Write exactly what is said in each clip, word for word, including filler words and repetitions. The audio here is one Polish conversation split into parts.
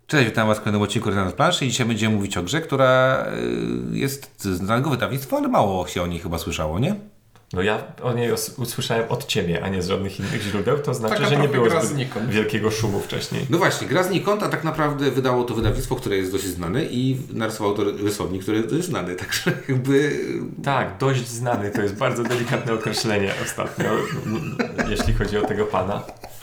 Cześć, witam Was w kolejnym odcinku Rezonans Planszy i dzisiaj będziemy mówić o grze, która jest z znanego wydawnictwa, ale mało się o niej chyba słyszało, nie? No ja o niej usłyszałem od Ciebie, a nie z żadnych innych źródeł, to znaczy, Taka że nie było zbyt wielkiego szumu wcześniej. No właśnie, gra z Nikon, a tak naprawdę wydało to wydawnictwo, które jest dość znane i narysowało to rysownik, który jest dość znany, także jakby... Tak, dość znany, to jest bardzo delikatne określenie ostatnio, jeśli chodzi o tego pana.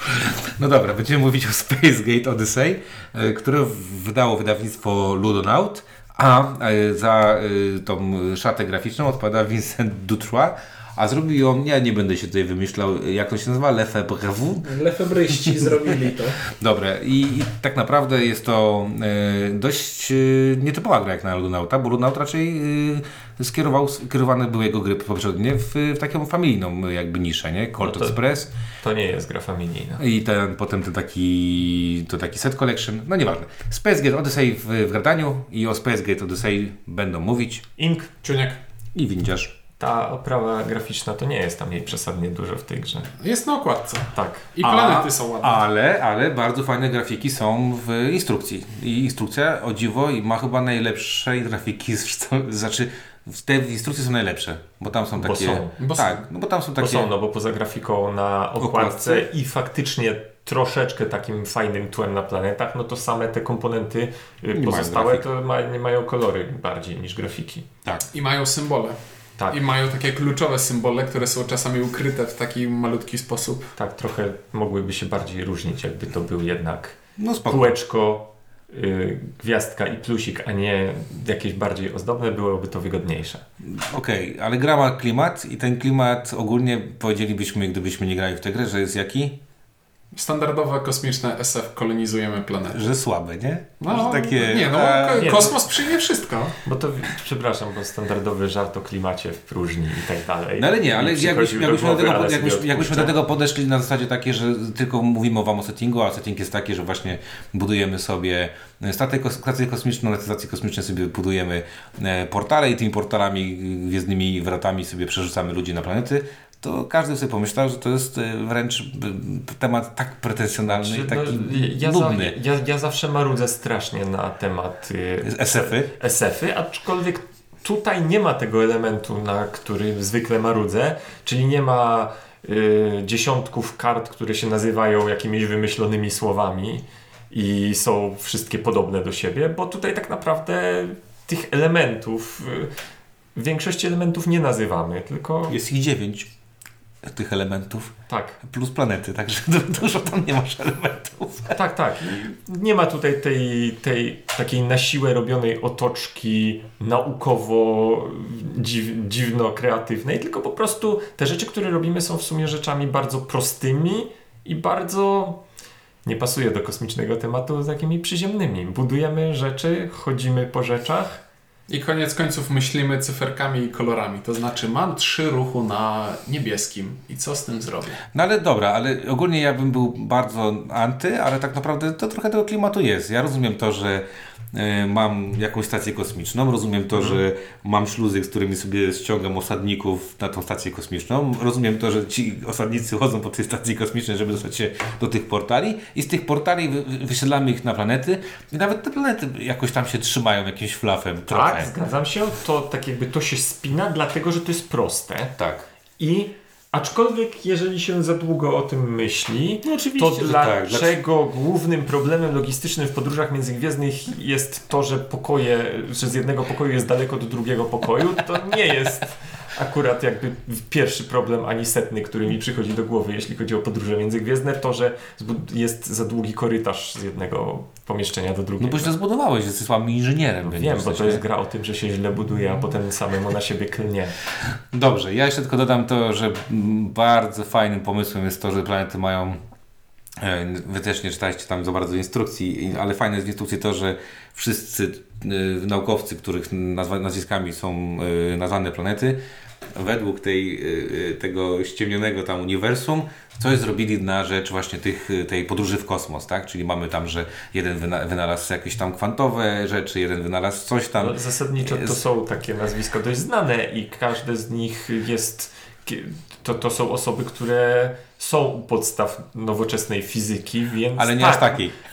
No dobra, będziemy mówić o Space Gate Odyssey, które wydało wydawnictwo Ludonaut, a za tą szatę graficzną odpowiada Vincent Dutrois, a zrobił ją, ja nie będę się tutaj wymyślał, jak to się nazywa, Lefebvre. Lefebryści zrobili to. Dobre, I, i tak naprawdę jest to e, dość e, nietypowa gra jak na Ludonauta, bo Ludonaut raczej e, skierował, skierowane były jego gry poprzednie w, w taką familijną jakby niszę, nie? Colt no to, Express. To nie jest gra familijna. I ten, potem ten taki, to taki set collection, no nieważne. Space Gate Odyssey w, w gradaniu i o Space Gate Odyssey będą mówić Ink, Czuniek i Windziarz. Ta oprawa graficzna to nie jest tam jej przesadnie dużo w tej grze. jest na okładce. Tak. I planety A, są ładne. Ale, ale bardzo fajne grafiki są w instrukcji. I instrukcja, o dziwo, ma chyba najlepsze grafiki, znaczy te instrukcje są najlepsze, bo tam są takie... Bo są. Bo tak, no bo tam są takie... Bo są, no bo poza grafiką na okładce, okładce i faktycznie troszeczkę takim fajnym tłem na planetach, no to same te komponenty nie pozostałe to ma, nie mają kolory bardziej niż grafiki. Tak. I mają symbole. Tak. I mają takie kluczowe symbole, które są czasami ukryte w taki malutki sposób. Tak, trochę mogłyby się bardziej różnić, jakby to był jednak no kółeczko, yy, gwiazdka i plusik, a nie jakieś bardziej ozdobne, byłoby to wygodniejsze. Okej, okay, ale gra ma klimat i ten klimat ogólnie powiedzielibyśmy, gdybyśmy nie grali w tę grę, że jest jaki? Standardowe kosmiczne S F kolonizujemy planetę. Że słabe, nie? No, że takie, nie, no a... kosmos nie, przyjmie wszystko. Bo to, przepraszam, bo standardowy żart o klimacie w próżni i tak dalej. No ale nie, ale jakbyśmy do, do, tego, ale jakbyś, jakbyśmy do tego podeszli na zasadzie takie, że tylko mówimy wam o settingu, a setting jest taki, że właśnie budujemy sobie statek, stację kosmiczną, na tej stacji kosmicznej sobie budujemy portale i tymi portalami, gwiezdnymi wrotami sobie przerzucamy ludzi na planety, to każdy sobie pomyślał, że to jest wręcz temat tak pretensjonalny i taki no, ja nudny. Za, ja, ja zawsze marudzę strasznie na temat S F-y. S F-y, aczkolwiek tutaj nie ma tego elementu, na który zwykle marudzę, czyli nie ma y, dziesiątków kart, które się nazywają jakimiś wymyślonymi słowami i są wszystkie podobne do siebie, bo tutaj tak naprawdę tych elementów, y, większości elementów nie nazywamy, tylko... Jest ich dziewięć. Tych elementów. Tak. Plus planety, także dużo tam nie masz elementów. Tak, tak. Nie ma tutaj tej, tej takiej na siłę robionej otoczki naukowo dziw, dziwno-kreatywnej, tylko po prostu te rzeczy, które robimy, są w sumie rzeczami bardzo prostymi i bardzo... nie pasuje do kosmicznego tematu, takimi przyziemnymi. Budujemy rzeczy, chodzimy po rzeczach. I koniec końców myślimy cyferkami i kolorami. To znaczy mam trzy ruchu na niebieskim. I co z tym zrobię? No ale dobra, ale ogólnie ja bym był bardzo anty, ale tak naprawdę to trochę tego klimatu jest. Ja rozumiem to, że y, mam jakąś stację kosmiczną, rozumiem to, mhm. że mam śluzy, z którymi sobie ściągam osadników na tą stację kosmiczną, rozumiem to, że ci osadnicy chodzą po tej stacji kosmicznej, żeby dostać się do tych portali i z tych portali wy, wysiedlamy ich na planety i nawet te planety jakoś tam się trzymają jakimś flafem. Tak, trochę. Zgadzam się. To tak jakby to się spina, dlatego że to jest proste. Tak. I aczkolwiek jeżeli się za długo o tym myśli, no oczywiście, to dlaczego tak. głównym problemem logistycznym w podróżach międzygwiezdnych jest to, że pokoje, że z jednego pokoju jest daleko do drugiego pokoju, to nie jest akurat jakby pierwszy problem, ani setny, który mi przychodzi do głowy, jeśli chodzi o podróże międzygwiezdne, to, że jest za długi korytarz z jednego pomieszczenia do drugiego. No bo źle zbudowałeś, jesteś słabym inżynierem. No wiem, bo to jest gra o tym, że się źle buduje, a potem samemu na siebie klnie. Dobrze, ja jeszcze tylko dodam to, że bardzo fajnym pomysłem jest to, że planety mają, wy też nie czytaliście tam za bardzo instrukcji, ale fajne jest w instrukcji to, że wszyscy naukowcy, których nazwa, nazwiskami są nazwane planety, według tej, tego ściemnionego tam uniwersum coś zrobili na rzecz właśnie tych, tej podróży w kosmos, tak? Czyli mamy tam, że jeden wyna- wynalazł jakieś tam kwantowe rzeczy, jeden wynalazł coś tam. No, zasadniczo to są takie nazwiska dość znane i każde z nich jest, to, to są osoby, które są u podstaw nowoczesnej fizyki, więc ale nie tak. aż takiej.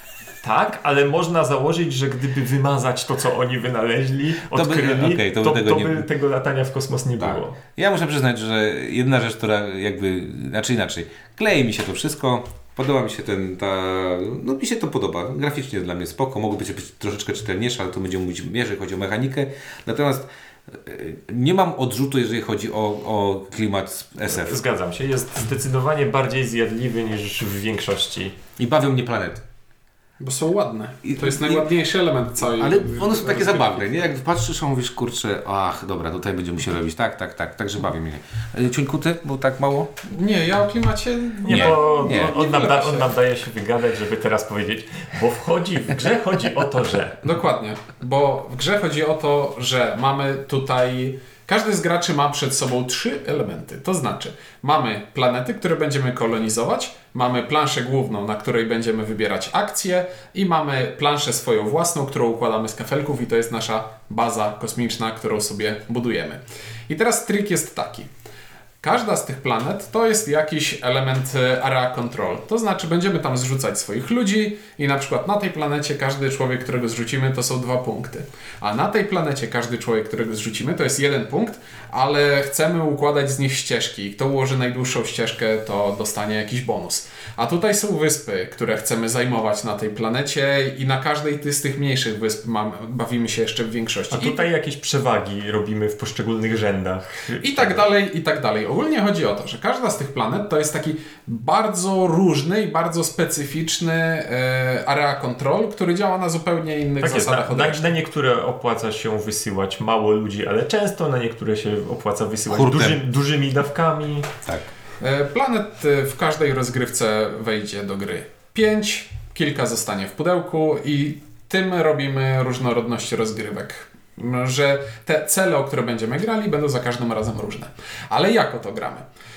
Tak, ale można założyć, że gdyby wymazać to, co oni wynaleźli, To by- odkryli, okej, to to, by to, tego nie- by tego latania w kosmos nie Tak. było. Ja muszę przyznać, że jedna rzecz, która jakby, znaczy inaczej, klei mi się to wszystko, podoba mi się ten, ta, no mi się to podoba, graficznie dla mnie spoko, mogłoby być, być troszeczkę czytelniejsze, ale to będziemy mówić, jeżeli chodzi o mechanikę, natomiast y, nie mam odrzutu, jeżeli chodzi o, o klimat S F. Zgadzam się, jest zdecydowanie bardziej zjadliwy niż w większości. I bawią mnie planety. Bo są ładne. I- To jest i- najładniejszy element całej... Ale one są takie rozgrywki. zabawne, nie? Jak patrzysz, a mówisz, kurczę, ach, dobra, tutaj będziemy musieli robić tak, tak, tak, także bawi mnie. Y, Ciuńku, ty? Bo tak mało? Nie, ja o klimacie... Nie, Nie, bo nie. on, on, nam Nie da, wylewa on się. nam daje się wygadać, żeby teraz powiedzieć, bo wchodzi w grze chodzi o to, że Dokładnie, bo w grze chodzi o to, że mamy tutaj... Każdy z graczy ma przed sobą trzy elementy. To znaczy, mamy planety, które będziemy kolonizować, mamy planszę główną, na której będziemy wybierać akcje i mamy planszę swoją własną, którą układamy z kafelków i to jest nasza baza kosmiczna, którą sobie budujemy. I teraz trik jest taki. Każda z tych planet to jest jakiś element e, area control. To znaczy będziemy tam zrzucać swoich ludzi i na przykład na tej planecie każdy człowiek, którego zrzucimy, to są dwa punkty. A na tej planecie każdy człowiek, którego zrzucimy, to jest jeden punkt, ale chcemy układać z nich ścieżki. Kto ułoży najdłuższą ścieżkę, to dostanie jakiś bonus. A tutaj są wyspy, które chcemy zajmować na tej planecie i na każdej ty- z tych mniejszych wysp mam, bawimy się jeszcze w większości. a tutaj jakieś przewagi robimy w poszczególnych rzędach. I tak dalej, i tak dalej. Ogólnie chodzi o to, że każda z tych planet to jest taki bardzo różny i bardzo specyficzny e, area control, który działa na zupełnie innych Tak jest, zasadach na, od na, reszty. na niektóre opłaca się wysyłać mało ludzi, ale często, na niektóre się opłaca wysyłać Hurtem. duży, dużymi dawkami. Tak. E, Planet e, w każdej rozgrywce wejdzie do gry pięć, kilka zostanie w pudełku i tym robimy różnorodność rozgrywek. M, Że te cele, o które będziemy grali, będą za każdym razem różne. Ale jak o to gramy?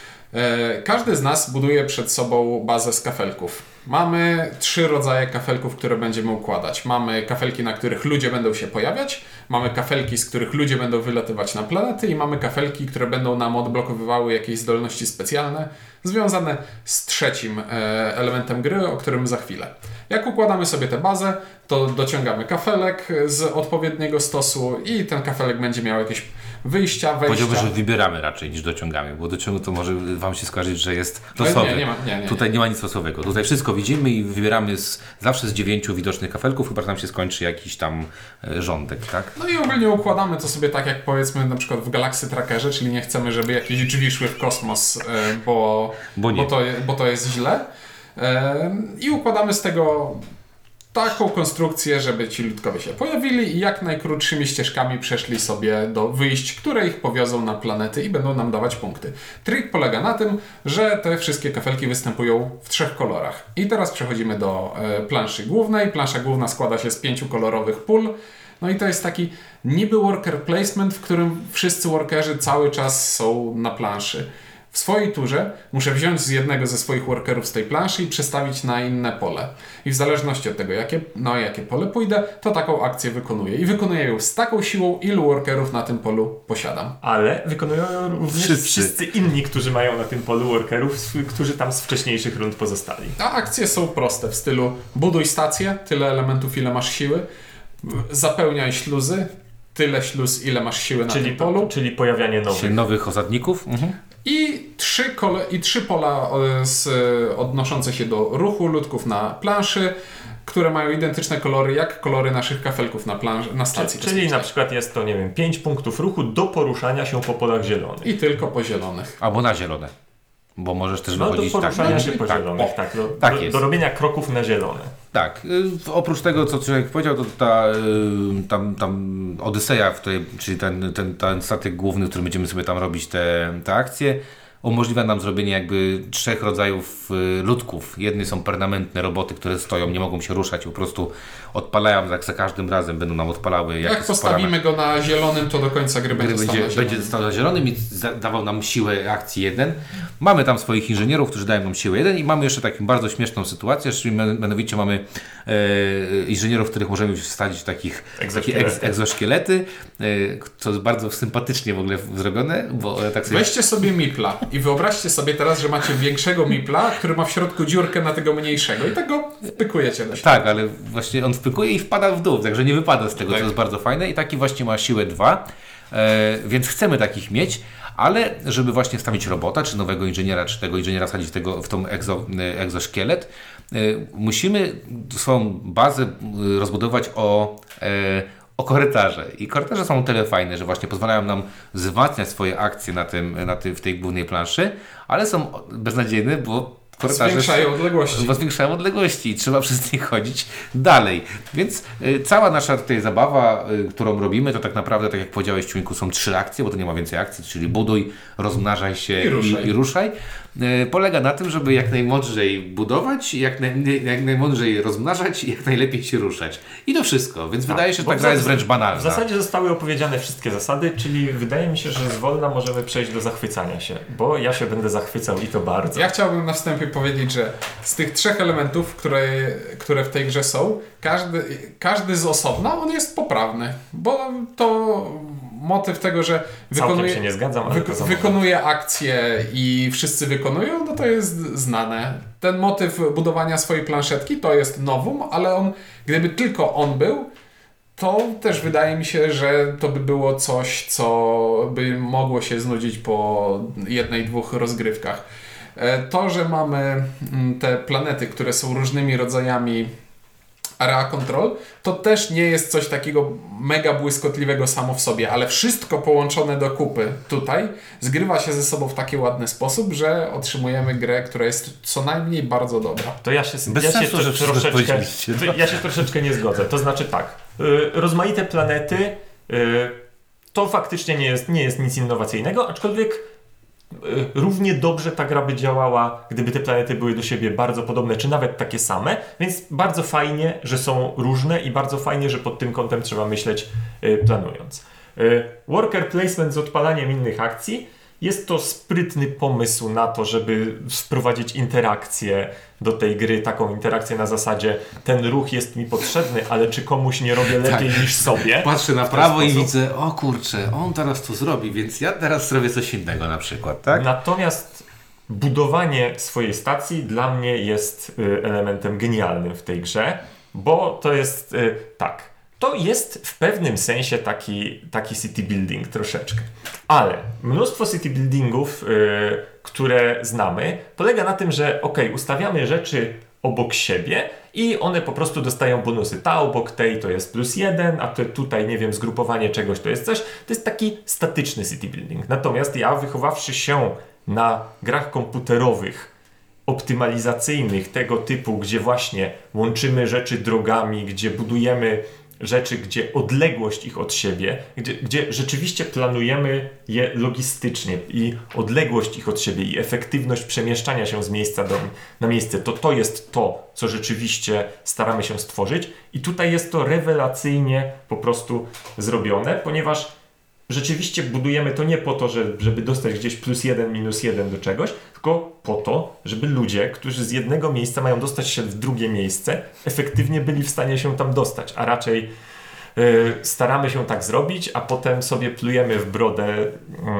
E, Każdy z nas buduje przed sobą bazę z kafelków. Mamy trzy rodzaje kafelków, które będziemy układać. Mamy kafelki, na których ludzie będą się pojawiać, mamy kafelki, z których ludzie będą wylatywać na planety i mamy kafelki, które będą nam odblokowywały jakieś zdolności specjalne związane z trzecim e, elementem gry, o którym za chwilę. Jak układamy sobie tę bazę, to dociągamy kafelek z odpowiedniego stosu i ten kafelek będzie miał jakieś wyjścia, wejścia. Powiedziałbym, że wybieramy raczej niż dociągamy, bo dociągu to może Wam się skojarzyć, że jest Ale losowy. nie, nie ma- nie, nie. Tutaj nie ma nic losowego. Tutaj wszystko widzimy i wybieramy z, zawsze z dziewięciu widocznych kafelków, chyba że nam się skończy jakiś tam e, rządek, tak? No i ogólnie układamy to sobie tak, jak powiedzmy na przykład w Galaxy Trackerze, czyli nie chcemy, żeby jakieś drzwi szły w kosmos, e, bo, Bo nie. bo, to, je- bo to jest źle. E, I układamy z tego taką konstrukcję, żeby ci ludkowie się pojawili i jak najkrótszymi ścieżkami przeszli sobie do wyjść, które ich powiozą na planety i będą nam dawać punkty. Trik polega na tym, że te wszystkie kafelki występują w trzech kolorach. I teraz przechodzimy do e, planszy głównej. Plansza główna składa się z pięciu kolorowych pól. No i to jest taki niby worker placement, w którym wszyscy workerzy cały czas są na planszy. W swojej turze muszę wziąć z jednego ze swoich workerów z tej planszy i przestawić na inne pole. I w zależności od tego, jakie, na jakie pole pójdę, to taką akcję wykonuję. I wykonuję ją z taką siłą, ilu workerów na tym polu posiadam. Ale wykonują ją również Wszyscy. wszyscy. inni, którzy mają na tym polu workerów, sw- którzy tam z wcześniejszych rund pozostali. A akcje są proste w stylu buduj stację, tyle elementów, ile masz siły, zapełniaj śluzy, tyle śluz, ile masz siły na Czyli, tym polu. czyli pojawianie Czyli nowych. nowych osadników. Mhm. I trzy, kole, I trzy pola e, z, odnoszące się do ruchu ludków na planszy, które mają identyczne kolory jak kolory naszych kafelków na, plansz, na stacji Czyli na kosmicznej. przykład jest to, nie wiem, pięć punktów ruchu do poruszania się po polach zielonych. I tylko po zielonych. Albo na zielone. Bo możesz też No do wychodzić tak. poruszania no, się po tak. zielonych, O, tak. Do, tak do, jest. do robienia kroków na zielone. Tak. Y, oprócz tego, co człowiek powiedział, to ta y, tam, tam Odyseja, w której, czyli ten, ten, ten statek główny, w którym będziemy sobie tam robić te, te akcje, umożliwia nam zrobienie jakby trzech rodzajów y, ludków. Jedne są permanentne roboty, które stoją, nie mogą się ruszać, po prostu odpalają, jak za każdym razem będą nam odpalały. Jak, jest postawimy go na zielonym, to do końca gry będzie, Gry stał na będzie, zielonym. będzie stał na zielonym i za- dawał nam siłę akcji jeden. Mamy tam swoich inżynierów, którzy dają nam siłę jeden i mamy jeszcze taką bardzo śmieszną sytuację, czyli men- mianowicie mamy e, inżynierów, których możemy wsadzić w takich takie ex, Egzoszkielety. egzoszkielety, e, co jest bardzo sympatycznie w ogóle zrobione, bo e, tak sobie... Weźcie sobie Mipla I wyobraźcie sobie teraz, że macie większego mipla, który ma w środku dziurkę na tego mniejszego i tak go wpykujecie do siebie. Tak, ale właśnie on wpykuje i wpada w dół, także nie wypada z tego, Tak. co jest bardzo fajne i taki właśnie ma siłę dwa, e, więc chcemy takich mieć, ale żeby właśnie wstawić robota, czy nowego inżyniera, czy tego inżyniera wsadzić w, tego, w tą egzo, egzoszkielet, e, musimy swoją bazę e, rozbudować o, e, o korytarze. I korytarze są o tyle fajne, że właśnie pozwalają nam wzmacniać swoje akcje na tym, na tym, w tej głównej planszy, ale są beznadziejne, bo korytarze Zwiększają odległości. Bo zwiększają odległości i trzeba przez nie chodzić dalej. Więc y, cała nasza tutaj zabawa, y, którą robimy, to tak naprawdę, tak jak powiedziałeś, Ciuńku, są trzy akcje, bo to nie ma więcej akcji, czyli buduj, rozmnażaj się I ruszaj. i, i ruszaj. Y, polega na tym, żeby jak najmądrzej budować, jak, naj, jak najmądrzej rozmnażać i jak najlepiej się ruszać. I to wszystko. Więc wydaje się, że bo ta w gra zas- jest wręcz banalna. W zasadzie zostały opowiedziane wszystkie zasady, czyli wydaje mi się, że zwolna możemy przejść do zachwycania się, bo ja się będę zachwycał i to bardzo. Ja chciałbym na wstępie powiedzieć, że z tych trzech elementów, które, które w tej grze są, każdy, każdy z osobna, on jest poprawny, bo to motyw tego, że Całkiem wykonuje, się nie zgadzam, ale wyko- to za wykonuje akcje i wszyscy wykonują, no to jest znane. Ten motyw budowania swojej planszetki to jest nowum, ale on, gdyby tylko on był, to też wydaje mi się, że to by było coś, co by mogło się znudzić po jednej, dwóch rozgrywkach. To, że mamy te planety, które są różnymi rodzajami area control, to też nie jest coś takiego mega błyskotliwego samo w sobie, ale wszystko połączone do kupy tutaj zgrywa się ze sobą w taki ładny sposób, że otrzymujemy grę, która jest co najmniej bardzo dobra. To ja się, Bez ja się sensu, to, że wszystko troszeczkę, powiedzieliście. to ja się troszeczkę nie zgodzę. To znaczy tak, y, rozmaite planety y, to faktycznie nie jest, nie jest nic innowacyjnego, aczkolwiek y, równie dobrze ta gra by działała, gdyby te planety były do siebie bardzo podobne, czy nawet takie same, więc bardzo fajnie, że są różne i bardzo fajnie, że pod tym kątem trzeba myśleć y, planując. Y, worker placement z odpalaniem innych akcji. Jest to sprytny pomysł na to, żeby wprowadzić interakcję do tej gry, taką interakcję na zasadzie ten ruch jest mi potrzebny, ale czy komuś nie robię lepiej Tak. niż sobie? Patrzę na W ten prawo i sposób. widzę, o kurczę, on teraz to zrobi, więc ja teraz zrobię coś innego na przykład, tak? Natomiast budowanie swojej stacji dla mnie jest y, elementem genialnym w tej grze, bo to jest y, tak. To jest w pewnym sensie taki, taki city building troszeczkę. Ale mnóstwo city buildingów, y, które znamy, polega na tym, że ok, ustawiamy rzeczy obok siebie i one po prostu dostają bonusy. Ta obok tej to jest plus jeden, a to tutaj, nie wiem, zgrupowanie czegoś to jest coś. To jest taki statyczny city building. Natomiast ja, wychowawszy się na grach komputerowych, optymalizacyjnych tego typu, gdzie właśnie łączymy rzeczy drogami, gdzie budujemy rzeczy, gdzie odległość ich od siebie, gdzie, gdzie rzeczywiście planujemy je logistycznie i odległość ich od siebie i efektywność przemieszczania się z miejsca do, na miejsce, to to jest to, co rzeczywiście staramy się stworzyć i tutaj jest to rewelacyjnie po prostu zrobione, ponieważ rzeczywiście budujemy to nie po to, że, żeby dostać gdzieś plus jeden, minus jeden do czegoś, tylko po to, żeby ludzie, którzy z jednego miejsca mają dostać się w drugie miejsce, efektywnie byli w stanie się tam dostać, a raczej yy, staramy się tak zrobić, a potem sobie plujemy w brodę, yy,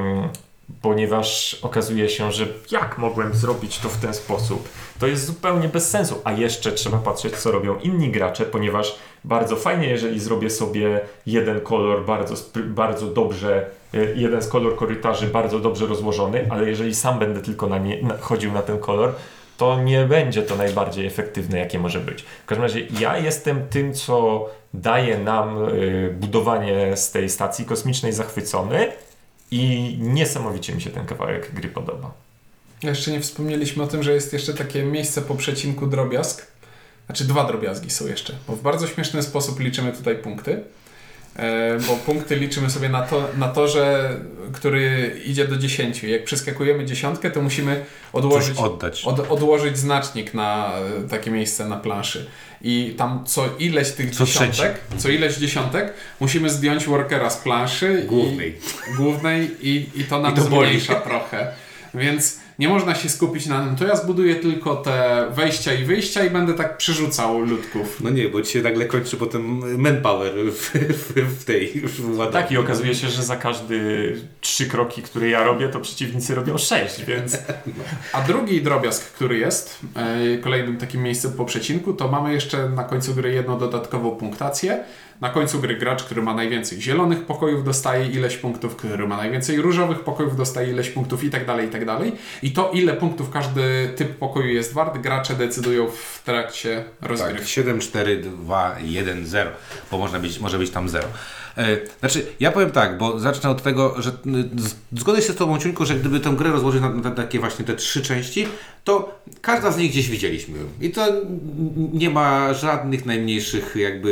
ponieważ okazuje się, że jak mogłem zrobić to w ten sposób? To jest zupełnie bez sensu, a jeszcze trzeba patrzeć, co robią inni gracze, ponieważ bardzo fajnie, jeżeli zrobię sobie jeden kolor bardzo, bardzo dobrze, jeden z kolor korytarzy bardzo dobrze rozłożony, ale jeżeli sam będę tylko na nie, na, chodził na ten kolor, to nie będzie to najbardziej efektywne, jakie może być. W każdym razie ja jestem tym, co daje nam y, budowanie z tej stacji kosmicznej zachwycony i niesamowicie mi się ten kawałek gry podoba. Jeszcze nie wspomnieliśmy o tym, że jest jeszcze takie miejsce po przecinku drobiazg. Znaczy dwa drobiazgi są jeszcze, bo w bardzo śmieszny sposób liczymy tutaj punkty. E, bo punkty liczymy sobie na, to, na torze, który idzie do dziesięciu. Jak przeskakujemy dziesiątkę, to musimy odłożyć, Coś oddać. Od, odłożyć znacznik na e, takie miejsce na planszy. I tam co ileś tych Co dziesiątek, trzeci. co ileś dziesiątek, musimy zdjąć workera z planszy Głównej. I, głównej i, i to nam I to boli. zmniejsza trochę. Więc nie można się skupić na tym, to ja zbuduję tylko te wejścia i wyjścia i będę tak przerzucał ludków. No nie, bo ci się nagle kończy potem manpower w, w, w tej w ładowni. Tak, i okazuje się, że za każdy trzy kroki, które ja robię, to przeciwnicy robią sześć, więc... A drugi drobiazg, który jest yy, kolejnym takim miejscem po przecinku, to mamy jeszcze na końcu gry jedną dodatkową punktację. Na końcu gry gracz, który ma najwięcej zielonych pokojów, dostaje ileś punktów, który ma najwięcej różowych pokojów, dostaje ileś punktów i tak dalej, i tak dalej. I to, ile punktów każdy typ pokoju jest wart, gracze decydują w trakcie rozgrywki. Tak, siedem, cztery, dwa, jeden, zero, bo można być, może być tam zero. E, znaczy, ja powiem tak, bo zacznę od tego, że z- zgodzę się z Tobą, Ciuńku, że gdyby tę grę rozłożyć na, na takie właśnie te trzy części, to każda z nich gdzieś widzieliśmy. I to n- nie ma żadnych najmniejszych jakby...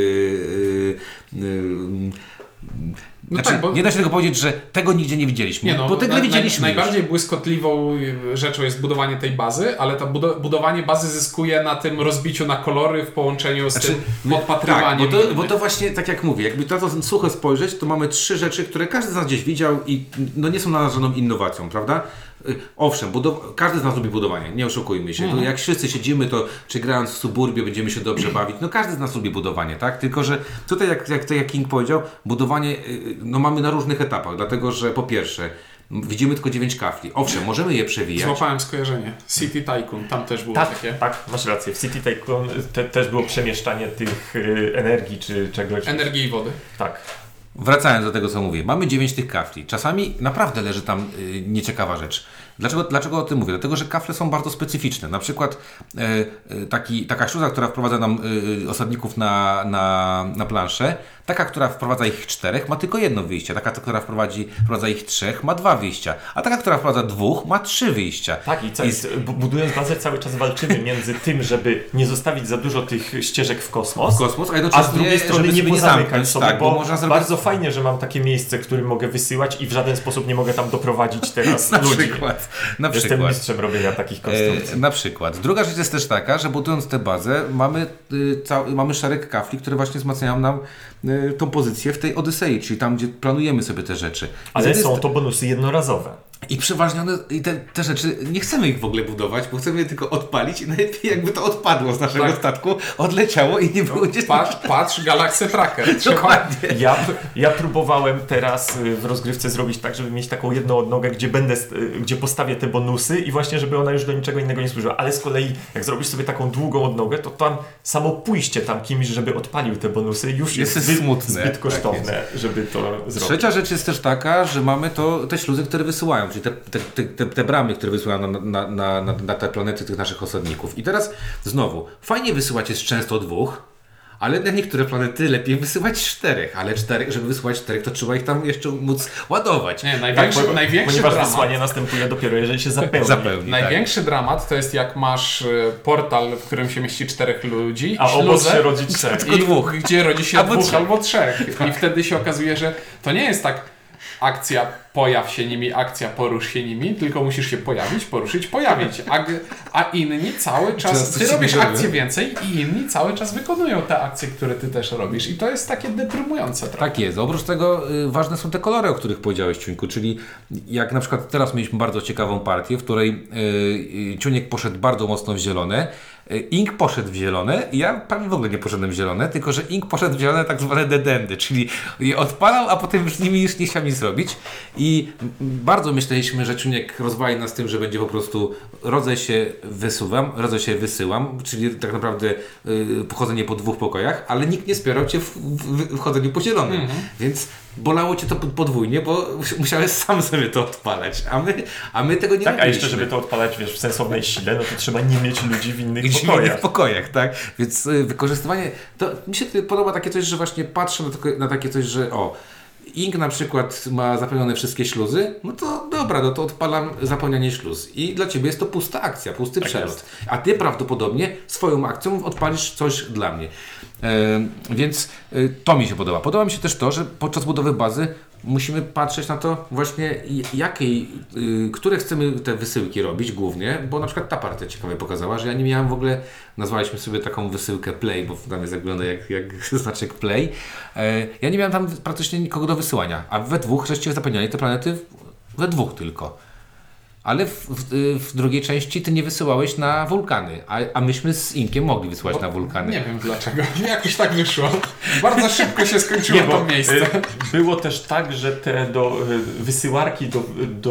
Yy, yy, No znaczy, tak, bo- nie da się tego powiedzieć, że tego nigdzie nie widzieliśmy, Nie no, bo tego na, widzieliśmy naj, już. najbardziej błyskotliwą rzeczą jest budowanie tej bazy, ale to budo, budowanie bazy zyskuje na tym rozbiciu na kolory w połączeniu z Znaczy, tym podpatrywaniem. Tak, bo to, bo to właśnie tak jak mówię, jakby na to suche spojrzeć, to mamy trzy rzeczy, które każdy z nas gdzieś widział i no nie są na nas żadną innowacją, prawda? Y, Owszem, budow- każdy z nas lubi budowanie, nie oszukujmy się. Mhm. To jak wszyscy siedzimy, to czy grając w suburbie będziemy się dobrze bawić, no każdy z nas lubi budowanie, tak? Tylko, że tutaj jak, jak, jak King powiedział, budowanie y, no mamy na różnych etapach, dlatego, że po pierwsze widzimy tylko dziewięć kafli. Owszem, możemy je przewijać. Złapałem skojarzenie. City Tycoon, tam też było Tak, takie. tak, masz rację. W City Tycoon te, też było przemieszczanie tych y, energii czy czegoś. Energii i wody. Tak. Wracając do tego, co mówię, mamy dziewięć tych kafli. Czasami naprawdę leży tam y, nieciekawa rzecz. Dlaczego, dlaczego o tym mówię? Dlatego, że kafle są bardzo specyficzne. Na przykład y, y, taki, taka śluza, która wprowadza nam y, osadników na, na, na planszę, taka, która wprowadza ich czterech, ma tylko jedno wyjście. Taka, która wprowadzi, wprowadza ich trzech, ma dwa wyjścia. A taka, która wprowadza dwóch, ma trzy wyjścia. Tak, i, co, I jest, bu- budując bazę cały czas walczymy między tym, żeby nie zostawić za dużo tych ścieżek w kosmos, w kosmos, a a jednocześnie, z drugiej strony żeby nie sobie pozamykać zamknąć, sobie, tak, bo, bo można zrobić bardzo fajnie, że mam takie miejsce, którym mogę wysyłać i w żaden sposób nie mogę tam doprowadzić teraz na ludzi. przykład. Na Jestem przykład. mistrzem robienia takich konstrukcji. E, na przykład. Druga rzecz jest też taka, że budując tę bazę mamy, y, cał, mamy szereg kafli, które właśnie wzmacniają nam y, tą pozycję w tej Odysei, czyli tam, gdzie planujemy sobie te rzeczy. Ale Z jednej są st- to bonusy jednorazowe. I przeważnie one, i te, te rzeczy, nie chcemy ich w ogóle budować, bo chcemy je tylko odpalić i najlepiej jakby to odpadło z naszego Tak. statku, odleciało i nie było gdzieś... Patrz, patrz Galaxy Tracker. Trzeba, Dokładnie. Ja, ja próbowałem teraz y, w rozgrywce zrobić tak, żeby mieć taką jedną odnogę, gdzie będę, st- y, gdzie postawię te bonusy i właśnie, żeby ona już do niczego innego nie służyła. Ale z kolei, jak zrobisz sobie taką długą odnogę, to tam samo pójście tam kimś, żeby odpalił te bonusy, już jest, Jest zbyt, smutne. zbyt Tak kosztowne, żeby to zrobić. Trzecia rzecz jest też taka, że mamy to, te śluzy, które wysyłają, czyli te, te, te, te, te bramy, które wysyłają na, na, na, na, na te planety tych naszych osadników. I teraz znowu, fajnie wysyłać jest często dwóch, ale na niektóre planety lepiej wysyłać czterech, ale czterech, żeby wysyłać czterech, to trzeba ich tam jeszcze móc ładować. Nie, największy, Tak, bo- największy ponieważ dramat. wysłanie następuje dopiero, jeżeli się zapełni. Zapełni, Największy dramat to jest jak masz y, portal, w którym się mieści czterech ludzi, A obok śluzę się rodzi trzech. Tylko i dwóch. gdzie rodzi się Albo dwóch trzech. albo trzech. I wtedy się okazuje, że to nie jest tak akcja pojaw się nimi, akcja porusz się nimi, tylko musisz się pojawić, poruszyć, pojawić. A, g- a inni cały czas, Teraz ty coś robisz bierzemy. akcje więcej i inni cały czas wykonują te akcje, które ty też robisz. I to jest takie deprymujące trochę. Tak jest. Oprócz tego y, ważne są te kolory, o których powiedziałeś, Ciuńku, czyli jak na przykład teraz mieliśmy bardzo ciekawą partię, w której y, y, Ciuniek poszedł bardzo mocno w zielone, y, Ink poszedł w zielone i ja prawie w ogóle nie poszedłem w zielone, tylko że Ink poszedł w zielone tak zwane dedendy, czyli je odpalał, a potem już z nimi już nie chciał nic zrobić i m, bardzo myśleliśmy, że Ciuniek rozwali nas tym, że będzie po prostu rodzaj się wysuwam, rodzaj się wysyłam, czyli tak naprawdę y, pochodzenie po dwóch pokojach, ale nikt nie wspierał Cię w, w, w chodzeniu po zielonym, więc bolało Cię to podwójnie, bo musiałeś sam sobie to odpalać, a my, a my tego nie Tak, a robiliśmy. jeszcze, żeby to odpalać, wiesz, w sensownej sile, no to trzeba nie mieć ludzi w innych Gdzie w pokojach. innych pokojach, tak? Więc y, wykorzystywanie, to mi się podoba takie coś, że właśnie patrzę na, takie- na takie coś, że o, Ink na przykład ma zapełnione wszystkie śluzy, no to dobra, no to odpalam zapełnianie śluz. I dla Ciebie jest to pusta akcja, pusty Tak przelot. jest. A Ty prawdopodobnie swoją akcją odpalisz coś dla mnie. E, więc y, to mi się podoba. Podoba mi się też to, że podczas budowy bazy musimy patrzeć na to właśnie jakiej, y, które chcemy te wysyłki robić głównie, bo na przykład ta partia ciekawie pokazała, że ja nie miałem w ogóle, nazwaliśmy sobie taką wysyłkę play, bo tam jest wygląda jak, jak znaczek play. E, ja nie miałem tam praktycznie nikogo do wysyłania, a we dwóch żeście zapełniali te planety w- we dwóch tylko. ale w, w, w drugiej części ty nie wysyłałeś na wulkany, a, a myśmy z Inkiem mogli wysyłać na wulkany. Nie wiem dlaczego, jakoś tak wyszło. Bardzo szybko się skończyło Nie, bo, to miejsce. y, Było też tak, że te do, y, wysyłarki do,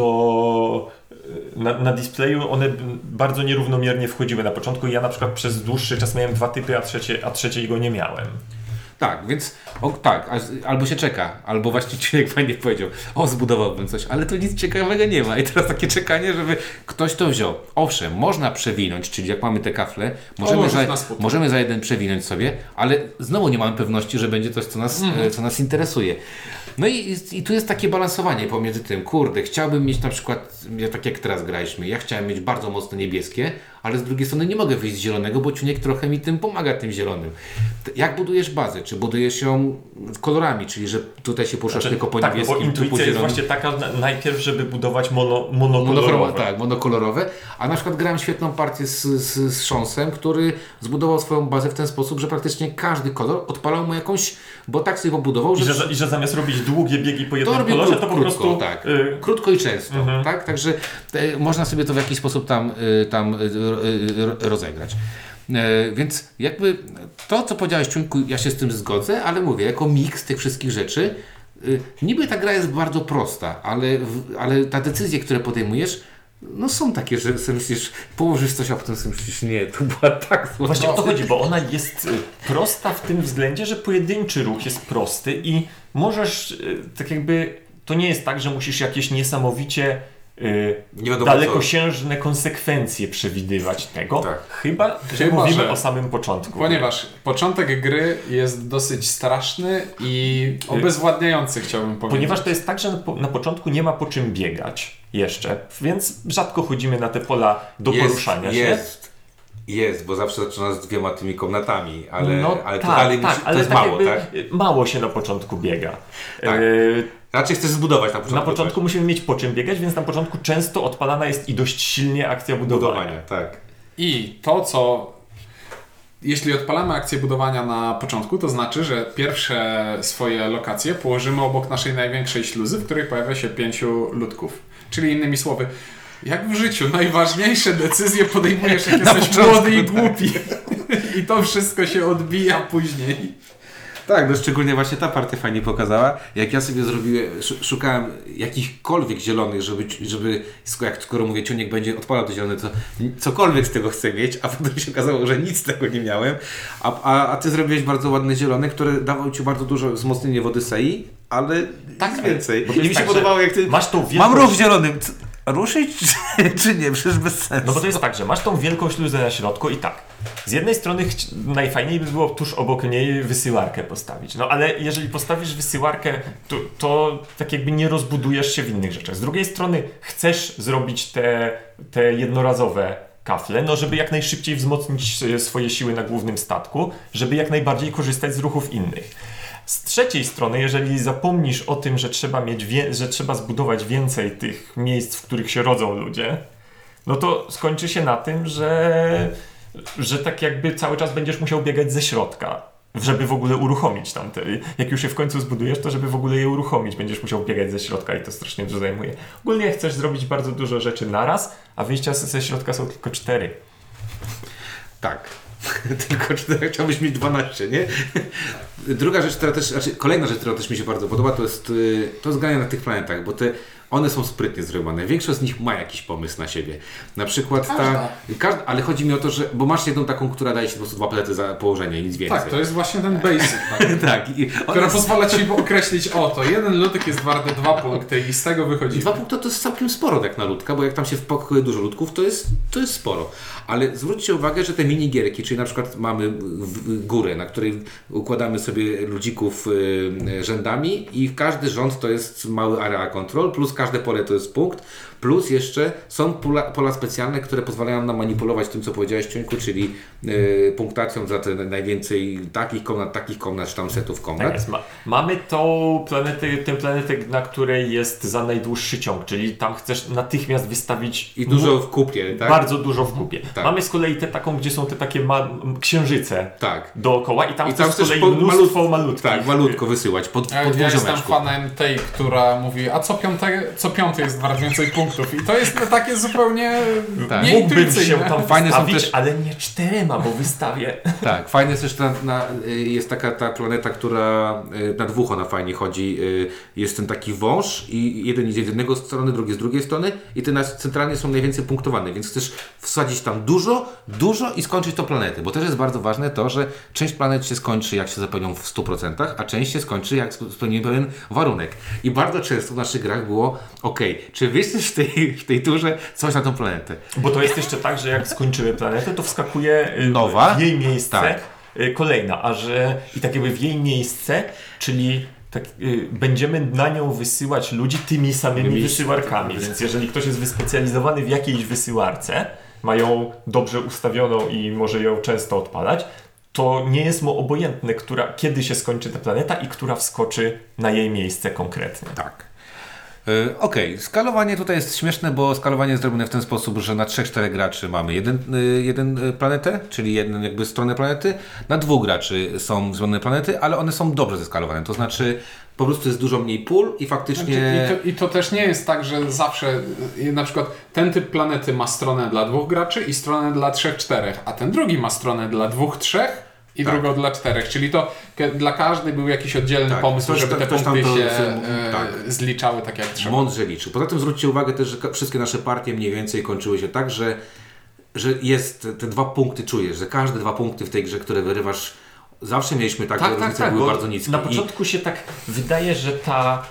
do, y, na, na displayu, one bardzo nierównomiernie wchodziły na początku i ja na przykład przez dłuższy czas miałem dwa typy, a, trzecie, a trzeciego nie miałem. Tak, więc o, tak, a, albo się czeka, albo właściwie jak fajnie powiedział, o zbudowałbym coś, ale tu nic ciekawego nie ma i teraz takie czekanie, żeby ktoś to wziął. Owszem, można przewinąć, czyli jak mamy te kafle, możemy, za, możemy za jeden przewinąć sobie, ale znowu nie mamy pewności, że będzie coś, co nas, mhm. co nas interesuje. No i, i tu jest takie balansowanie pomiędzy tym, kurde, chciałbym mieć na przykład, ja, tak jak teraz graliśmy, ja chciałem mieć bardzo mocno niebieskie, ale z drugiej strony nie mogę wyjść z zielonego, bo Ciuniek trochę mi tym pomaga, tym zielonym. Jak budujesz bazę? Czy budujesz ją kolorami, czyli że tutaj się poruszasz znaczy, tylko po tak, niebieskim, bo intuicja tu po jest właśnie taka najpierw, żeby budować mono, monokolorowe. Tak, monokolorowe. A na przykład grałem świetną partię z, z, z Szonsem, który zbudował swoją bazę w ten sposób, że praktycznie każdy kolor odpalał mu jakąś, bo tak sobie pobudował, że... I że, i że zamiast robić długie biegi po jednym to kolorze, krót, to po krótko, prostu... Tak, y... krótko i często, mhm. tak? Także e, można sobie to w jakiś sposób tam, y, tam y, y, rozegrać. E, więc jakby to, co powiedziałeś, Ciuńku, ja się z tym zgodzę, ale mówię, jako miks tych wszystkich rzeczy, y, niby ta gra jest bardzo prosta, ale, w, ale te decyzje, które podejmujesz, no są takie, że sobie myślisz, położysz coś, a potem sobie myślisz, nie, to była tak zła. Właśnie o to chodzi, bo ona jest prosta w tym względzie, że pojedynczy ruch jest prosty i możesz, tak jakby, to nie jest tak, że musisz jakieś niesamowicie Yy, dalekosiężne konsekwencje przewidywać tego, tak. chyba, że chyba, mówimy że o samym początku. Ponieważ początek gry jest dosyć straszny i obezwładniający, chciałbym powiedzieć. Ponieważ to jest tak, że na, po, na początku nie ma po czym biegać jeszcze, więc rzadko chodzimy na te pola do jest, poruszania się. Jest. Jest, bo zawsze zaczyna z dwiema tymi komnatami, ale, no ale tak, to dalej tak, musi, to ale jest tak mało, tak? Mało się na początku biega. Tak. Yy, Raczej chcesz zbudować na początku. Na początku coś. Musimy mieć po czym biegać, więc na początku często odpalana jest i dość silnie akcja budowania. budowania tak. I to, co... Jeśli odpalamy akcję budowania na początku, to znaczy, że pierwsze swoje lokacje położymy obok naszej największej śluzy, w której pojawia się pięciu ludków. Czyli innymi słowy, jak w życiu, najważniejsze decyzje podejmujesz, jak jesteś początku, młody i głupi. Tak. I to wszystko się odbija później. Tak, no szczególnie właśnie ta partia fajnie pokazała. Jak ja sobie zrobiłem, szukałem jakichkolwiek zielonych, żeby, żeby jak skoro mówię, Ciuniek będzie odpalał te zielone, to cokolwiek z tego chcę mieć, a potem się okazało, że nic z tego nie miałem. A, a, a ty zrobiłeś bardzo ładne zielone, które dawały ci bardzo dużo wzmocnienie w Odysei, ale tak nic więcej. I mi się tak, podobało, jak ty... Masz tą wielkość... Mam ruch zielonym. Ruszyć czy, czy nie? Przecież bez sensu. No bo to jest tak, że masz tą wielką śluzę na środku i tak. Z jednej strony chci- najfajniej by było tuż obok niej wysyłarkę postawić. No ale jeżeli postawisz wysyłarkę, to, to tak jakby nie rozbudujesz się w innych rzeczach. Z drugiej strony chcesz zrobić te, te jednorazowe kafle, no żeby jak najszybciej wzmocnić swoje siły na głównym statku, żeby jak najbardziej korzystać z ruchów innych. Z trzeciej strony, jeżeli zapomnisz o tym, że trzeba mieć wie- że trzeba zbudować więcej tych miejsc, w których się rodzą ludzie, no to skończy się na tym, że, że tak jakby cały czas będziesz musiał biegać ze środka, żeby w ogóle uruchomić tamte. Jak już je w końcu zbudujesz, to żeby w ogóle je uruchomić, będziesz musiał biegać ze środka i to strasznie dużo zajmuje. Ogólnie chcesz zrobić bardzo dużo rzeczy naraz, a wyjścia ze środka są tylko cztery. Tak. Tylko cztery, chciałbyś mieć dwanaście, nie? Druga rzecz, która też, znaczy kolejna rzecz, która też mi się bardzo podoba, to jest to jest granie na tych planetach, bo te one są sprytnie zrobione. Większość z nich ma jakiś pomysł na siebie. Na przykład ta... Każda, ale chodzi mi o to, że... Bo masz jedną taką, która daje ci po prostu dwa planety za położenie i nic więcej. Tak, to jest właśnie ten basic. Tak. tak. I która jest... pozwala ci określić, o to jeden ludek jest warty dwa punkty i z tego wychodzi. Dwa punkty to jest całkiem sporo tak na ludka, bo jak tam się wpakuje dużo ludków, to jest, to jest sporo. Ale zwróćcie uwagę, że te minigierki, czyli na przykład mamy górę, na której układamy sobie ludzików rzędami i każdy rząd to jest mały area control, plus każde pole to jest punkt, plus jeszcze są pola, pola specjalne, które pozwalają nam manipulować tym, co powiedziałeś, Ciuńku, czyli y, punktacją za te najwięcej takich komnat, takich komnat, czy tam setów komnat. Tak jest. Ma, mamy tą planetę, tę planetę, na której jest za najdłuższy ciąg, czyli tam chcesz natychmiast wystawić... I dużo w kupie, tak? Bardzo dużo w kupie. Tak. Mamy z kolei tę taką, gdzie są te takie ma- księżyce tak. dookoła i tam, I tam chcesz z kolei po, mnóstwo mnóstwo malutkich. Tak, malutko wysyłać pod, Ja, pod ja jestem ziomeczków. fanem tej, która mówi, a co, piąte, co piąty jest wart więcej punktów. I to jest takie zupełnie Tak. Mógłbym się nieintuicyjne. tam Fajne są wystawić, też- ale nie czterema, bo wystawię. Tak, fajne jest też ta, na, y, jest taka ta planeta, która y, na dwóch ona fajnie chodzi. Y, Jest ten taki wąż i jeden idzie z jednego strony, drugi z drugiej strony i te nas centralnie są najwięcej punktowane, więc chcesz wsadzić tam dużo, dużo i skończyć to planety, bo też jest bardzo ważne to, że część planet się skończy jak się zapełnią w stu procentach, a część się skończy jak spełnimy pewien warunek. I bardzo często w naszych grach było, ok, czy wyślesz w tej, w tej turze coś na tą planetę? Bo to jest jeszcze tak, że jak skończymy planetę, to wskakuje y, Nowa. w jej miejsce Tak. y, kolejna, a że i tak jakby w jej miejsce, czyli tak, y, będziemy na nią wysyłać ludzi tymi samymi Tymi- wysyłarkami, więc jeżeli ktoś jest wyspecjalizowany w jakiejś wysyłarce, ma ją dobrze ustawioną i może ją często odpalać, to nie jest mu obojętne, która, kiedy się skończy ta planeta i która wskoczy na jej miejsce konkretnie. Tak. Yy, Okej, skalowanie tutaj jest śmieszne, bo skalowanie jest zrobione w ten sposób, że na trzech czterech graczy mamy jeden, yy, jeden yy, planetę, czyli jedną jakby stronę planety, na dwóch graczy są zmienne planety, ale one są dobrze zeskalowane, to znaczy po prostu jest dużo mniej pól i faktycznie... I to, I to też nie jest tak, że zawsze y, na przykład ten typ planety ma stronę dla dwóch graczy i stronę dla trzech, czterech, a ten drugi ma stronę dla dwóch, trzech i Tak. drugą dla czterech, czyli to ke- dla każdej był jakiś oddzielny Tak, pomysł, ktoś żeby tam- te ktoś tam punkty to się film- e, tak. zliczały tak jak trzeba. Mądrze liczył. Poza tym zwróćcie uwagę też, że ka- wszystkie nasze partie mniej więcej kończyły się tak, że, że jest te dwa punkty czujesz, że każde dwa punkty w tej grze, które wyrywasz, zawsze mieliśmy tak, że różnice były bo bardzo niskie. Na I- początku się tak wydaje, że ta,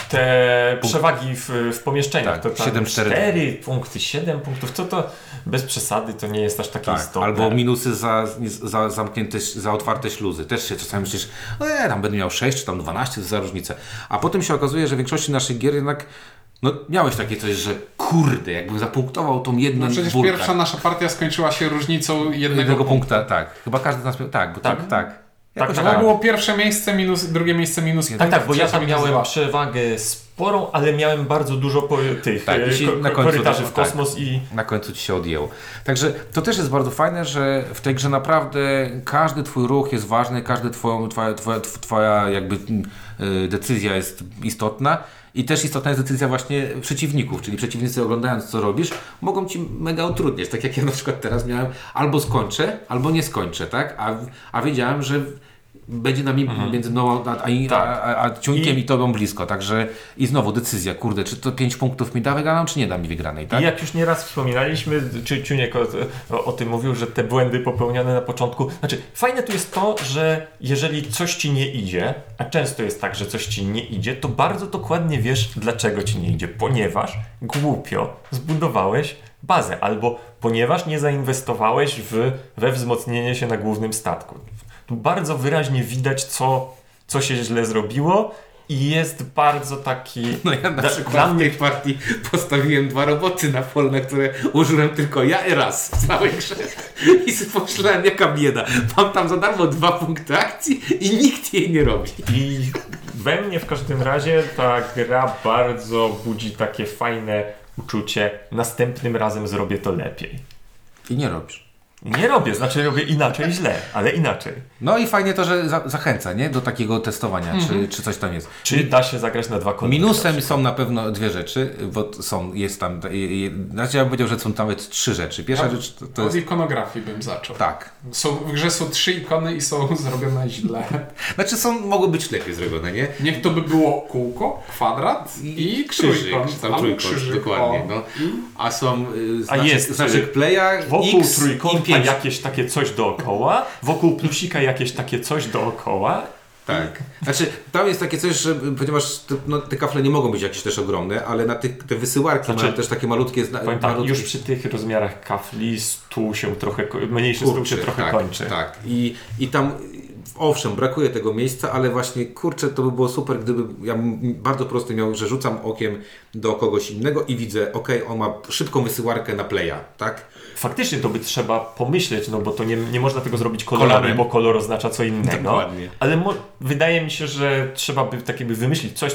te przewagi w, w pomieszczeniach, Tak, to tam siedem, cztery. cztery punkty, siedem punktów, to to bez przesady to nie jest aż takie Tak, istotne. albo minusy za, za zamknięte, za otwarte śluzy. Też się czasami myślisz, no nie, tam będę miał sześć czy tam dwanaście, to za różnicę. A potem się okazuje, że w większości naszych gier jednak no miałeś takie coś, że kurde, jakbym zapunktował tą jedną No przecież burkę. pierwsza nasza partia skończyła się różnicą jednego, jednego punktu. punkta, tak. Chyba każdy z nas miał, tak, bo tak, tak. tak. Jakoś tak, To tak. było pierwsze miejsce minus, drugie miejsce minus Tak, punktów, tak, bo ja trzecia tam minus miałem dwa. przewagę sporą, ale miałem bardzo dużo po, tych Tak, e, i się ko- na ko- końcu korytarzy doszło, w kosmos i Na końcu ci się odjęło. Także to też jest bardzo fajne, że w tej grze naprawdę każdy twój ruch jest ważny, każdy twoją, twoja, twoja, twoja jakby y, decyzja jest istotna. I też istotna jest decyzja właśnie przeciwników, czyli przeciwnicy oglądając co robisz, mogą ci mega utrudniać. Tak jak ja na przykład teraz miałem, albo skończę, albo nie skończę, tak? A, a wiedziałem, że będzie nami między mną a, a, a, a, a ciunkiem i, I- tobą blisko. Także i znowu decyzja, kurde, czy to pięć punktów mi da wygraną, czy nie da mi wygranej, tak? I jak już nieraz wspominaliśmy, czy Ciuniek o, o, o tym mówił, że te błędy popełniane na początku. Znaczy, fajne tu jest to, że jeżeli coś ci nie idzie, a często jest tak, że coś ci nie idzie, to bardzo dokładnie wiesz, dlaczego ci nie idzie. Ponieważ głupio zbudowałeś bazę, albo ponieważ nie zainwestowałeś w, we wzmocnienie się na głównym statku. Tu bardzo wyraźnie widać, co, co się źle zrobiło. I jest bardzo taki... No ja na Dla- przykład dla w tej partii postawiłem dwa roboty na pole, na które użyłem tylko ja i raz w całej grze. I sobie pomyślałem, jaka bieda. Mam tam za darmo dwa punkty akcji i nikt jej nie robi. I we mnie w każdym razie ta gra bardzo budzi takie fajne uczucie. Następnym razem zrobię to lepiej. I nie robisz. Nie robię, znaczy robię inaczej źle, ale inaczej. No i fajnie to, że za zachęca, nie? Do takiego testowania, czy, czy coś tam jest. Czy da się zagrać na dwa kolejne? Minusem są na pewno dwie rzeczy, bo są, jest tam, je- je- znaczy ja bym powiedział, że są nawet trzy rzeczy. Pierwsza Od- rzecz to, to Od jest, ikonografii bym zaczął. tak, Są, w grze są trzy ikony i są zrobione źle. znaczy są, mogły być lepiej zrobione, nie? Niech to by było kółko, kwadrat i, krzyżyk, trójkąt. czy tam albo trójkąt, krzyżyk, dokładnie, o. no. I A są y, A znaczek, jest, znaczek y, playa, Wokół X i trójkąta pięć. jakieś takie coś dookoła, wokół plusika jakieś takie coś dookoła. Tak. Znaczy, tam jest takie coś, że ponieważ te, no, te kafle nie mogą być jakieś też ogromne, ale na tych, te wysyłarki Znaczy, mają też takie malutkie... Zna, Powiem tak, malutkie już przy tych rozmiarach kafli stół się trochę, ko- mniejszy stół kurcze, się trochę tak, kończy. Tak. I, I tam, owszem, brakuje tego miejsca, ale właśnie, kurczę, to by było super, gdyby ja bym bardzo prosty miał, że rzucam okiem do kogoś innego i widzę, ok, on ma szybką wysyłarkę na playa, tak? Faktycznie to by trzeba pomyśleć, no bo to nie, nie można tego zrobić kolorami, Kolorem. bo kolor oznacza co innego. Dokładnie. Ale mo- wydaje mi się, że trzeba by tak jakby wymyślić coś, co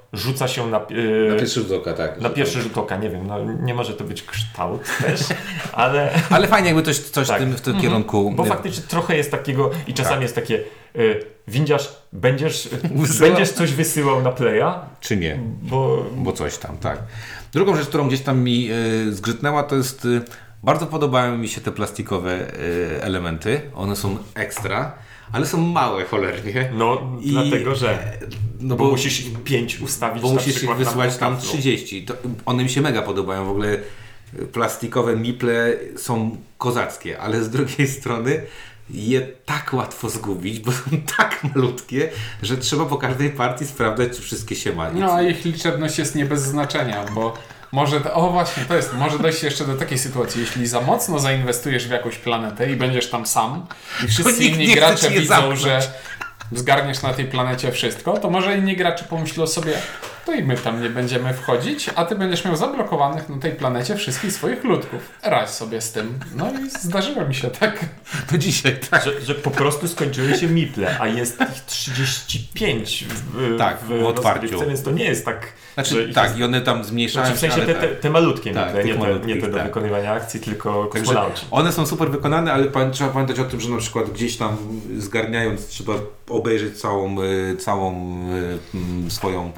rzuca się na, yy, Na pierwszy rzut oka, tak. na pierwszy rzut oka. Nie wiem, no, nie może to być kształt też, ale... Ale fajnie jakby coś, coś Tak. w, tym, w tym kierunku... Bo faktycznie trochę jest takiego i czasami Tak. jest takie y, windziarz, będziesz, Wysyła- będziesz coś wysyłał na playa, Czy nie? bo... Bo coś tam, tak. Drugą rzecz, którą gdzieś tam mi y, zgrzytnęła, to jest... Y, bardzo podobają mi się te plastikowe y, elementy. One są ekstra, ale są małe cholernie. No, I- dlatego, że No bo, musisz ich pięć ustawić Bo na musisz ich przykład na wysłać tam kaflu. trzydzieści. To one mi się mega podobają. W ogóle plastikowe miple są kozackie, ale z drugiej strony je tak łatwo zgubić, bo są tak malutkie, że trzeba po każdej partii sprawdzać, czy wszystkie się ma. No a ich liczebność jest nie bez znaczenia, bo może, o właśnie, to jest, może dojść jeszcze do takiej sytuacji, jeśli za mocno zainwestujesz w jakąś planetę i będziesz tam sam i wszyscy nikt inni nie chce gracze cię widzą, zamknąć. że zgarniesz na tej planecie wszystko, to może inni gracze pomyślą sobie, to i my tam nie będziemy wchodzić, a ty będziesz miał zablokowanych na tej planecie wszystkich swoich ludków. Radź sobie z tym. No i zdarzyło mi się tak. To dzisiaj, tak. Że, że po prostu skończyły się miple, a jest ich trzydzieści pięć w, Tak, w otwarciu. rozgrywce, więc to nie jest tak, że Znaczy, ich tak, jest, i one tam zmniejszają znaczy w sensie się, ale te, te, tak. te malutkie Tak, miple, tych nie te, malutkich, nie te do tak. wykonywania akcji, tylko Także kosmonauci. one są super wykonane, ale pan, trzeba pamiętać o tym, że na przykład gdzieś tam zgarniając trzeba obejrzeć całą, y, całą y, mm, swoją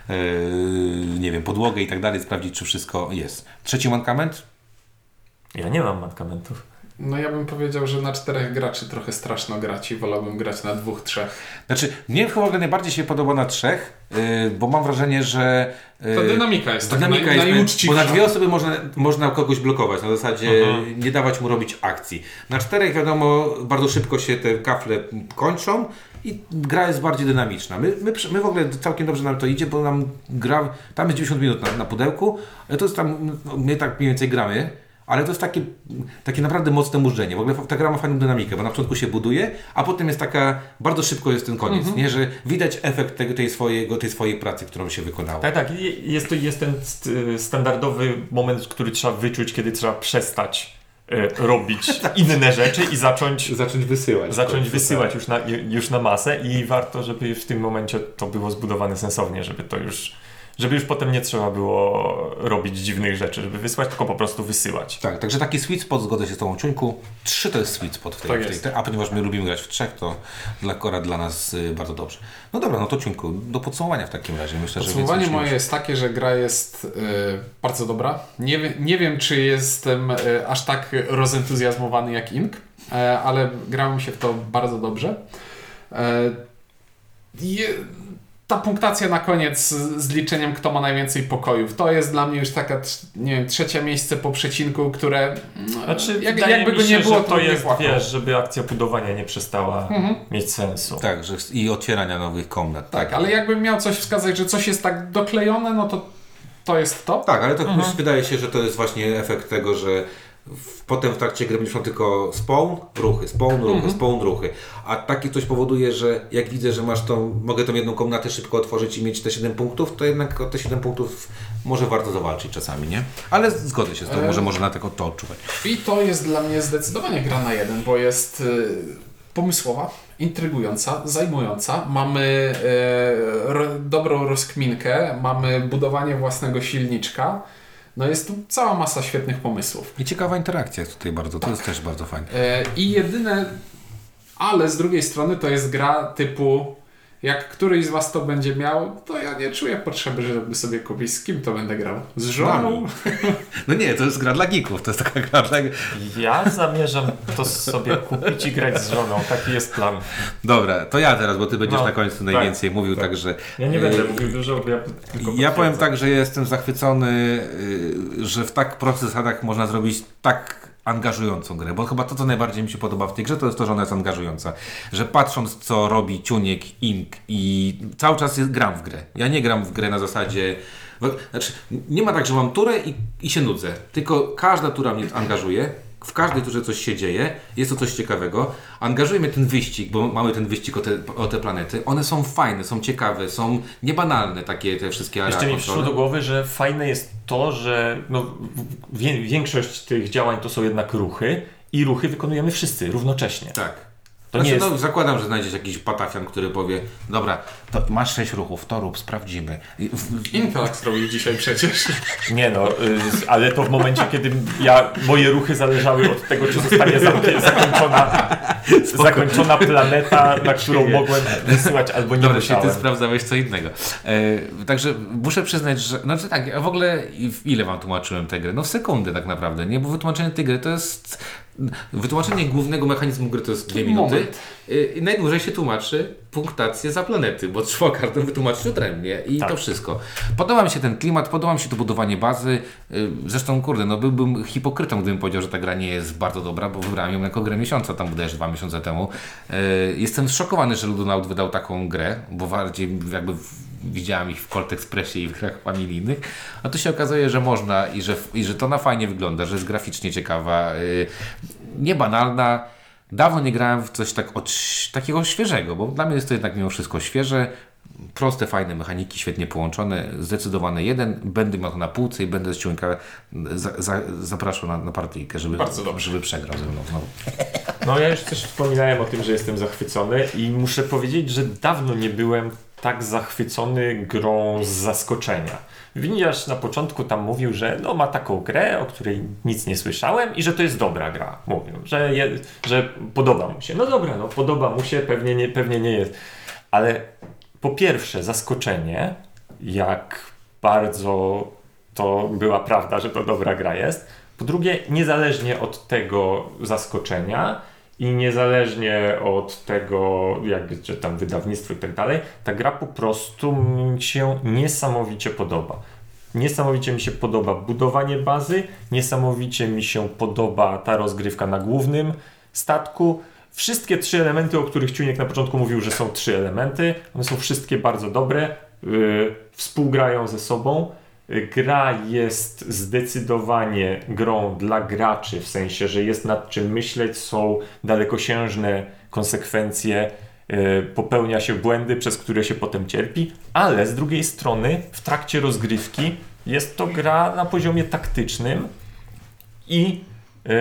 y, nie wiem, podłogę i tak dalej, sprawdzić, czy wszystko jest. Trzeci mankament? Ja nie mam mankamentów. No ja bym powiedział, że na czterech graczy trochę straszno grać i wolałbym grać na dwóch, trzech. Znaczy, mnie chyba najbardziej się podoba na trzech, y, bo mam wrażenie, że y, Ta dynamika jest taka dynamika naj, jest, najuczciwsza. bo na dwie osoby można, można kogoś blokować, na zasadzie Mhm. nie dawać mu robić akcji. Na czterech wiadomo, bardzo szybko się te kafle kończą i gra jest bardziej dynamiczna. My, my, my w ogóle całkiem dobrze nam to idzie, bo nam gra, tam jest dziewięćdziesiąt minut na, na pudełku, ale to jest tam, no, my tak mniej więcej gramy. Ale to jest takie, takie naprawdę mocne murzenie. W ogóle ta gra ma fajną dynamikę, bo na początku się buduje, a potem jest taka, bardzo szybko jest ten koniec, Mhm. nie? Że widać efekt tego, tej, swojego, tej swojej pracy, którą się wykonało. Tak, tak. I Jest to jest ten st- standardowy moment, który trzeba wyczuć, kiedy trzeba przestać e, robić inne rzeczy i zacząć, Zacząć wysyłać. zacząć wysyłać już na, już na masę i warto, żeby w tym momencie to było zbudowane sensownie, żeby to już, żeby już potem nie trzeba było robić dziwnych rzeczy, żeby wysłać, tylko po prostu wysyłać. Tak, także taki sweet spot, zgodzę się z Tobą, Ciuńku. Trzy to jest sweet spot w tej, Tak w tej, jest. tej a ponieważ my lubimy grać w trzech, to dla Kora dla nas y, bardzo dobrze. No dobra, no to Ciuńku, do podsumowania w takim razie. Myślę, że Podsumowanie więcej moje już nie jest takie, że gra jest y, bardzo dobra. Nie, wie, nie wiem, czy jestem y, aż tak rozentuzjazmowany jak Ink, y, ale grało mi się w to bardzo dobrze. Y, je, ta punktacja na koniec z, z liczeniem, kto ma najwięcej pokojów, to jest dla mnie już taka, trz- nie wiem, trzecie miejsce po przecinku, które Znaczy, jak, wydaje jakby mi go się, nie było, że to bym nie jest, płakał. wiesz, żeby akcja budowania nie przestała Mhm. mieć sensu. Tak, że i otwierania nowych komnat. Tak, ale jakbym miał coś wskazać, że coś jest tak doklejone, no to to jest to. Tak, ale to Mhm. już wydaje się, że to jest właśnie efekt tego, że w, potem w trakcie gry będziesz miał tylko spawn, ruchy, spawn, ruchy, Mhm. spawn, ruchy. A takie coś powoduje, że jak widzę, że masz tą, mogę tą jedną komnatę szybko otworzyć i mieć te siedem punktów, to jednak o te siedem punktów może warto zawalczyć czasami, nie? Ale zgodzę się z tobą, E- może można tak to odczuwać. I to jest dla mnie zdecydowanie gra na jeden, bo jest y, pomysłowa, intrygująca, zajmująca. Mamy y, ro, dobrą rozkminkę, mamy budowanie własnego silniczka. No jest tu cała masa świetnych pomysłów. I ciekawa interakcja jest tutaj bardzo, to jest też bardzo fajne. E, I jedyne, ale z drugiej strony to jest gra typu, jak któryś z Was to będzie miał, to ja nie czuję potrzeby, żeby sobie kupić, z kim to będę grał. Z żoną? No nie, to jest gra dla geeków, to jest taka gra dla... Ja zamierzam to sobie kupić i grać z żoną. Taki jest plan. Dobra, to ja teraz, bo ty będziesz No, na końcu tak, najwięcej mówił, tak. także... Ja nie e, będę mówił dużo, bo ja tylko Ja powiem potwierdzam. tak, że jestem zachwycony, y, że w tak prostych zasadach można zrobić tak angażującą grę, bo chyba to, co najbardziej mi się podoba w tej grze, to jest to, że ona jest angażująca. Że patrząc, co robi Ciuniek, Ink i cały czas jest, gram w grę. Ja nie gram w grę na zasadzie... Znaczy, nie ma tak, że mam turę i, i się nudzę. Tylko każda tura mnie angażuje. W każdej turze coś się dzieje, jest to coś ciekawego. Angażuje mnie ten wyścig, bo mamy ten wyścig o te, o te planety. One są fajne, są ciekawe, są niebanalne takie te wszystkie area Jeszcze mi control. przyszło do głowy, że fajne jest to, że no, wie, większość tych działań to są jednak ruchy i ruchy wykonujemy wszyscy równocześnie. Tak. To znaczy, nie jest... no, zakładam, że znajdziesz jakiś patafian, który powie, dobra, to masz sześć ruchów, to rób, sprawdzimy. I w- Intelax robił dzisiaj przecież. Nie no, y, ale to w momencie, kiedy ja, moje ruchy zależały od tego, czy zostanie zamknie, zakończona, zakończona planeta, na którą mogłem wysyłać albo nie Dobra, czyli musiałem. ty sprawdzałeś co innego. E, także muszę przyznać, że no to tak, ja w ogóle i w ile wam tłumaczyłem tę grę? No w sekundę tak naprawdę, nie? Bo wytłumaczenie tej gry to jest... Wytłumaczenie głównego mechanizmu gry to jest dwie minuty. Moment. Y, I najdłużej się tłumaczy punktację za planety, bo trzeba kartę wytłumaczyć odrębnie i Tak. to wszystko. Podoba mi się ten klimat, podoba mi się to budowanie bazy. Y, Zresztą, kurde, no byłbym hipokrytą, gdybym powiedział, że ta gra nie jest bardzo dobra, bo wybrałem ją jako grę miesiąca, tam bodajże dwa miesiące temu. Y, Jestem zszokowany, że Ludonaut wydał taką grę, bo bardziej jakby w- widziałem ich w Colt Expressie i w grach familijnych, a tu się okazuje, że można i że, i że to na fajnie wygląda, że jest graficznie ciekawa, yy, niebanalna. Dawno nie grałem w coś tak od, takiego świeżego, bo dla mnie jest to jednak mimo wszystko świeże, proste, fajne mechaniki, świetnie połączone, zdecydowane jeden, będę miał to na półce i będę z ciągnika za, za, zapraszał na, na partyjkę, żeby, Bardzo dobrze. żeby przegrał ze mną. No. No ja już też wspominałem o tym, że jestem zachwycony i muszę powiedzieć, że dawno nie byłem tak zachwycony grą z zaskoczenia. Winiarz na początku tam mówił, że no ma taką grę, o której nic nie słyszałem i że to jest dobra gra. Mówił, że, je, że podoba mu się. No dobra, no podoba mu się, pewnie nie, pewnie nie jest. Ale po pierwsze zaskoczenie, jak bardzo to była prawda, że to dobra gra jest. Po drugie, niezależnie od tego zaskoczenia i niezależnie od tego, jak, że tam wydawnictwo i tak dalej, ta gra po prostu mi się niesamowicie podoba. Niesamowicie mi się podoba budowanie bazy, niesamowicie mi się podoba ta rozgrywka na głównym statku. Wszystkie trzy elementy, o których Ciuniek na początku mówił, że są trzy elementy, one są wszystkie bardzo dobre, yy, współgrają ze sobą. Gra jest zdecydowanie grą dla graczy, w sensie, że jest nad czym myśleć, są dalekosiężne konsekwencje, yy, popełnia się błędy, przez które się potem cierpi, ale z drugiej strony w trakcie rozgrywki jest to gra na poziomie taktycznym i yy,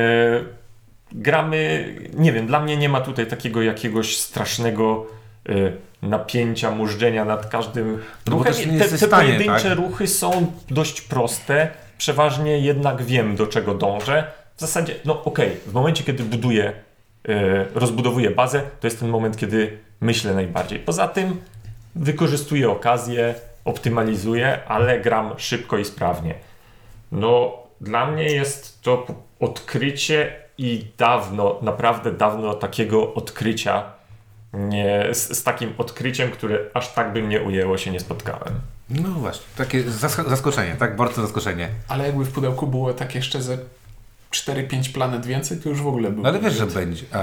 gramy, nie wiem, dla mnie nie ma tutaj takiego jakiegoś strasznego yy, napięcia, mużdżenia nad każdym No bo ruchem. też nie Te, jesteś te w stanie, pojedyncze tak? ruchy są dość proste, przeważnie jednak wiem, do czego dążę. W zasadzie, no okej, w momencie, kiedy buduję, yy, rozbudowuję bazę, to jest ten moment, kiedy myślę najbardziej. Poza tym wykorzystuję okazję, optymalizuję, ale gram szybko i sprawnie. No, dla mnie jest to odkrycie i dawno, naprawdę dawno takiego odkrycia, nie, z, z takim odkryciem, które aż tak by mnie ujęło, się nie spotkałem. No właśnie, takie zask- zaskoczenie, tak? Bardzo zaskoczenie. Ale jakby w pudełku było tak jeszcze ze cztery pięć planet więcej, to już w ogóle było. No ale wiesz, że będzie. A.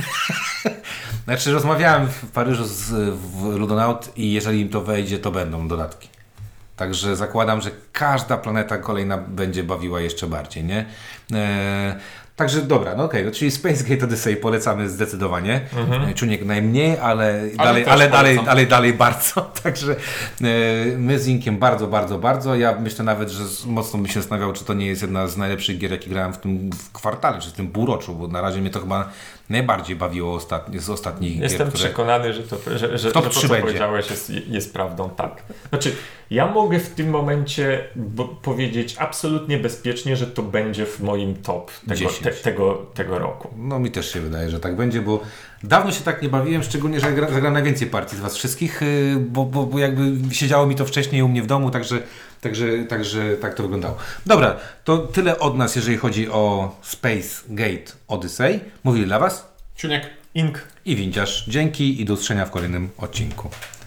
Znaczy rozmawiałem w Paryżu z w Ludonaut i jeżeli im to wejdzie, to będą dodatki. Także zakładam, że każda planeta kolejna będzie bawiła jeszcze bardziej, nie? E, także dobra, no okej, okay, no, czyli Space Gate Odyssey polecamy zdecydowanie. Mhm. Czuniek najmniej, ale, ale dalej, też ale dalej, polecam. ale dalej bardzo. Także e, my z Inkiem bardzo, bardzo, bardzo. Ja myślę nawet, że z- mocno bym się zastanawiał, czy to nie jest jedna z najlepszych gier, jakie grałem w tym w kwartale, czy w tym półroczu, bo na razie mnie to chyba najbardziej bawiło ostatni, z ostatnich Jestem gier, które... przekonany, że to, że, że, że top to, trzy co będzie. powiedziałeś, jest, jest prawdą, tak. Znaczy, ja mogę w tym momencie bo, powiedzieć absolutnie bezpiecznie, że to będzie w moim top tego, dziesięć. te, tego, tego roku. No mi też się wydaje, że tak będzie, bo dawno się tak nie bawiłem, szczególnie, że gra, zagrałem najwięcej partii z was wszystkich, yy, bo, bo, bo jakby siedziało mi to wcześniej u mnie w domu, także, także, także tak to wyglądało. Dobra, to tyle od nas, jeżeli chodzi o Space Gate Odyssey. Mówili dla was Ciuniek. Ink. i Winciarz. Dzięki i do usłyszenia w kolejnym odcinku.